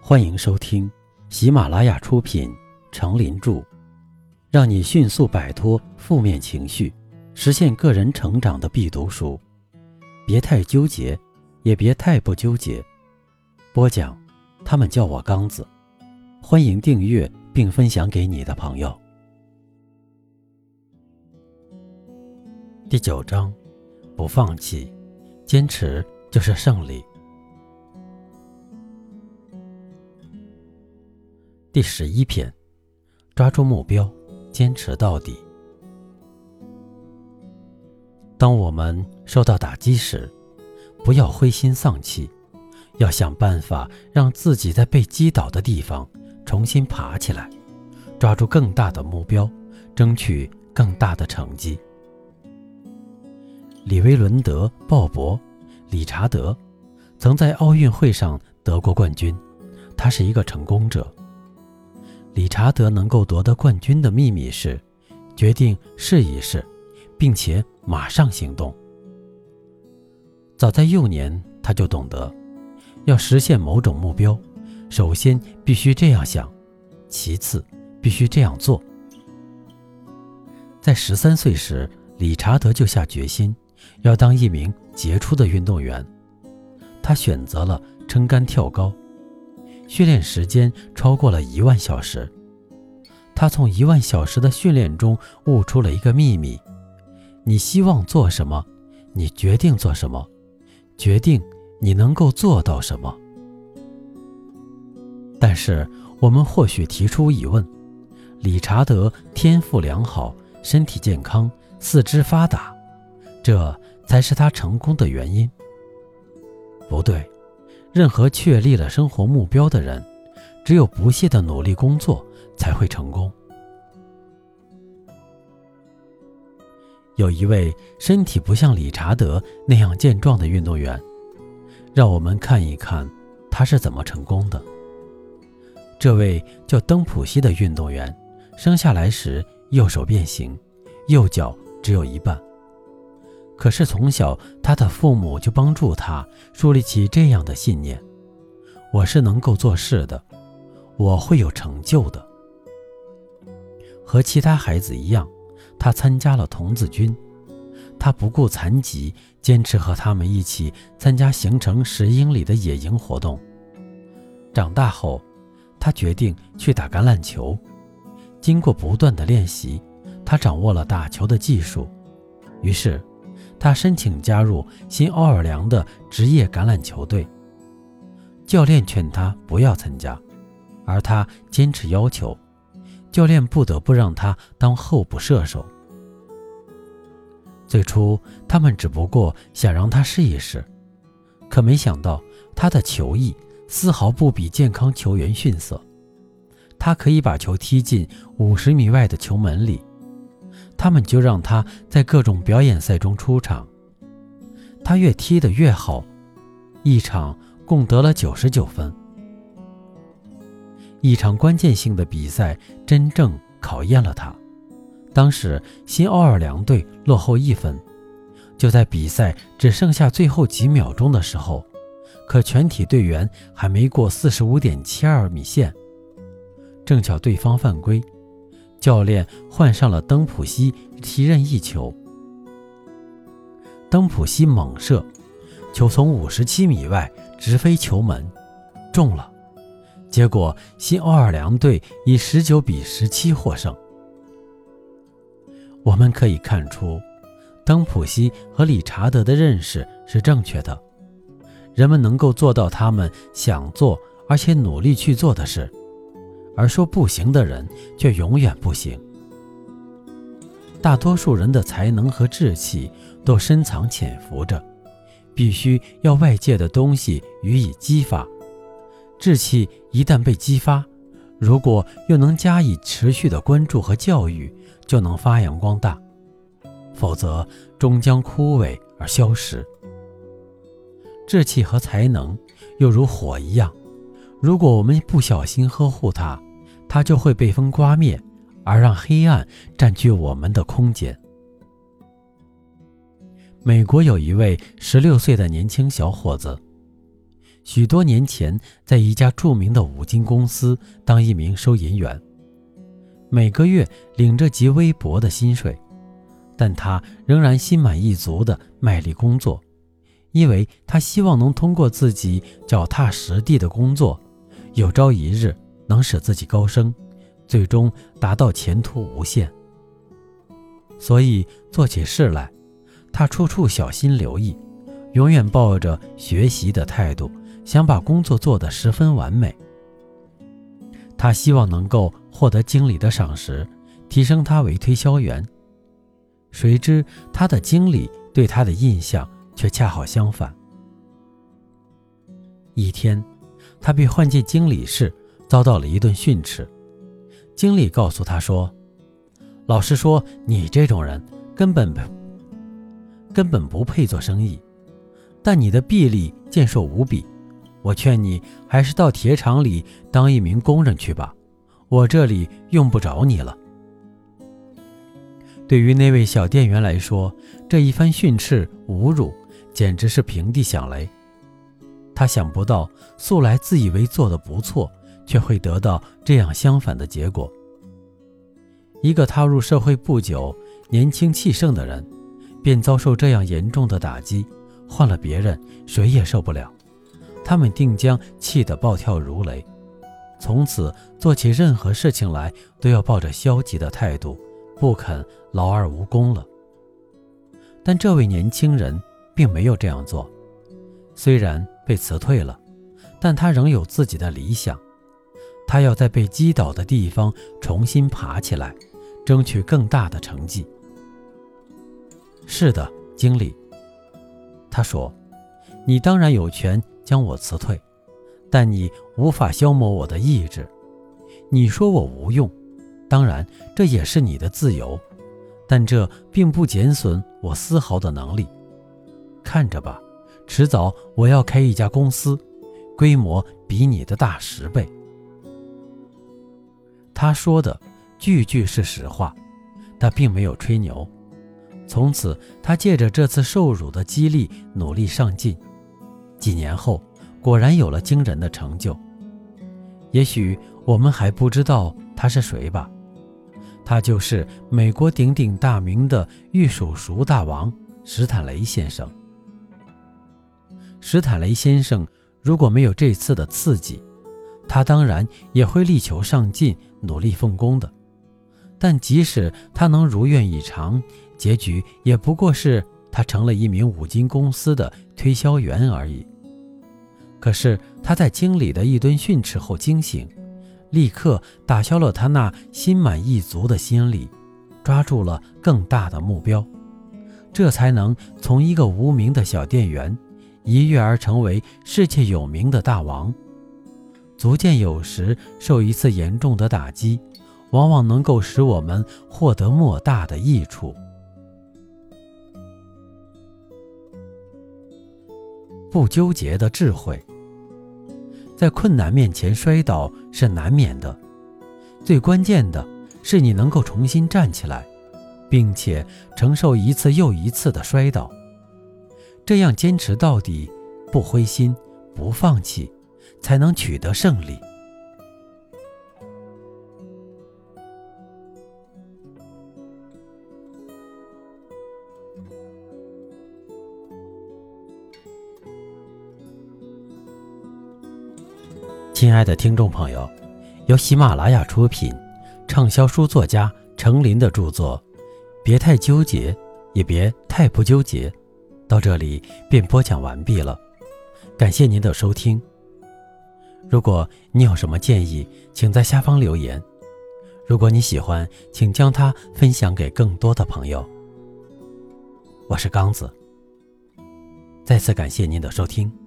欢迎收听喜马拉雅出品程林著，让你迅速摆脱负面情绪，实现个人成长的必读书。别太纠结，也别太不纠结。播讲，他们叫我刚子。欢迎订阅并分享给你的朋友。第9章，不放弃，坚持就是胜利。第11篇，抓住目标，坚持到底。当我们受到打击时，不要灰心丧气，要想办法让自己在被击倒的地方重新爬起来，抓住更大的目标，争取更大的成绩。李维伦德、鲍勃、理查德曾在奥运会上得过冠军，他是一个成功者。理查德能够夺得冠军的秘密是决定试一试，并且马上行动。早在幼年，他就懂得要实现某种目标，首先必须这样想，其次必须这样做。在13岁时，理查德就下决心要当一名杰出的运动员。他选择了撑杆跳高，训练时间超过了1万小时。他从1万小时的训练中悟出了一个秘密：你希望做什么，你决定做什么，决定你能够做到什么。但是我们或许提出疑问，理查德天赋良好，身体健康，四肢发达，这才是他成功的原因。不对，任何确立了生活目标的人，只有不懈的努力工作才会成功。有一位身体不像理查德那样健壮的运动员，让我们看一看他是怎么成功的。这位叫登普西的运动员，生下来时右手变形，右脚只有一半。可是从小他的父母就帮助他树立起这样的信念：我是能够做事的，我会有成就的。和其他孩子一样，他参加了童子军，他不顾残疾，坚持和他们一起参加行程10英里的野营活动。长大后，他决定去打橄榄球。经过不断的练习，他掌握了打球的技术。于是他申请加入新奥尔良的职业橄榄球队。教练劝他不要参加，而他坚持要求，教练不得不让他当候补射手。最初他们只不过想让他试一试，可没想到他的球艺丝毫不比健康球员逊色。他可以把球踢进50米外的球门里，他们就让他在各种表演赛中出场。他越踢得越好，一场共得了99分。一场关键性的比赛真正考验了他。当时新奥尔良队落后1分，就在比赛只剩下最后几秒钟的时候，可全体队员还没过 45.72 米线。正巧对方犯规，教练换上了登普西踢任意球。登普西猛射，球从57米外直飞球门，中了。结果新奥尔良队以19比17获胜。我们可以看出，登普西和理查德的认识是正确的。人们能够做到他们想做而且努力去做的事，而说不行的人却永远不行。大多数人的才能和志气都深藏潜伏着，必须要外界的东西予以激发。志气一旦被激发，如果又能加以持续的关注和教育，就能发扬光大，否则终将枯萎而消失。志气和才能又如火一样，如果我们不小心呵护它，它就会被风刮灭，而让黑暗占据我们的空间。美国有一位16岁的年轻小伙子， 许多年前在一家著名的五金公司当一名收银员，每个月领着极微薄的薪水，但他仍然心满意足地卖力工作，因为他希望能通过自己脚踏实地的工作，有朝一日能使自己高升，最终达到前途无限。所以做起事来，他处处小心留意，永远抱着学习的态度，想把工作做得十分完美。他希望能够获得经理的赏识，提升他为推销员。谁知他的经理对他的印象却恰好相反。一天，他被唤进经理室，遭到了一顿训斥。经理告诉他说，老实说，你这种人根本不配做生意，但你的臂力健硕无比，我劝你还是到铁厂里当一名工人去吧，我这里用不着你了。对于那位小店员来说，这一番训斥侮辱简直是平地响雷。他想不到素来自以为做得不错，却会得到这样相反的结果。一个踏入社会不久、年轻气盛的人，便遭受这样严重的打击，换了别人谁也受不了，他们定将气得暴跳如雷，从此做起任何事情来都要抱着消极的态度，不肯劳而无功了。但这位年轻人并没有这样做，虽然被辞退了，但他仍有自己的理想，他要在被击倒的地方重新爬起来，争取更大的成绩。是的，经理，他说，你当然有权将我辞退，但你无法消磨我的意志。你说我无用，当然这也是你的自由，但这并不减损我丝毫的能力。看着吧，迟早我要开一家公司，规模比你的大10倍。他说的句句是实话，他并没有吹牛。从此他借着这次受辱的激励努力上进，几年后果然有了惊人的成就。也许我们还不知道他是谁吧，他就是美国鼎鼎大名的玉手熟大王史坦雷先生。史坦雷先生如果没有这次的刺激，他当然也会力求上进，努力奉公的。但即使他能如愿以偿，结局也不过是他成了一名五金公司的推销员而已。可是他在经理的一顿训斥后惊醒，立刻打消了他那心满意足的心理，抓住了更大的目标，这才能从一个无名的小店员一跃而成为世界有名的大王。足见有时受一次严重的打击，往往能够使我们获得莫大的益处。不纠结的智慧。在困难面前摔倒是难免的，最关键的是你能够重新站起来，并且承受一次又一次的摔倒，这样坚持到底，不灰心，不放弃，才能取得胜利。亲爱的听众朋友，由喜马拉雅出品，畅销书作家程琳的著作《别太纠结，也别太不纠结》到这里便播讲完毕了，感谢您的收听。如果你有什么建议，请在下方留言。如果你喜欢，请将它分享给更多的朋友。我是刚子，再次感谢您的收听。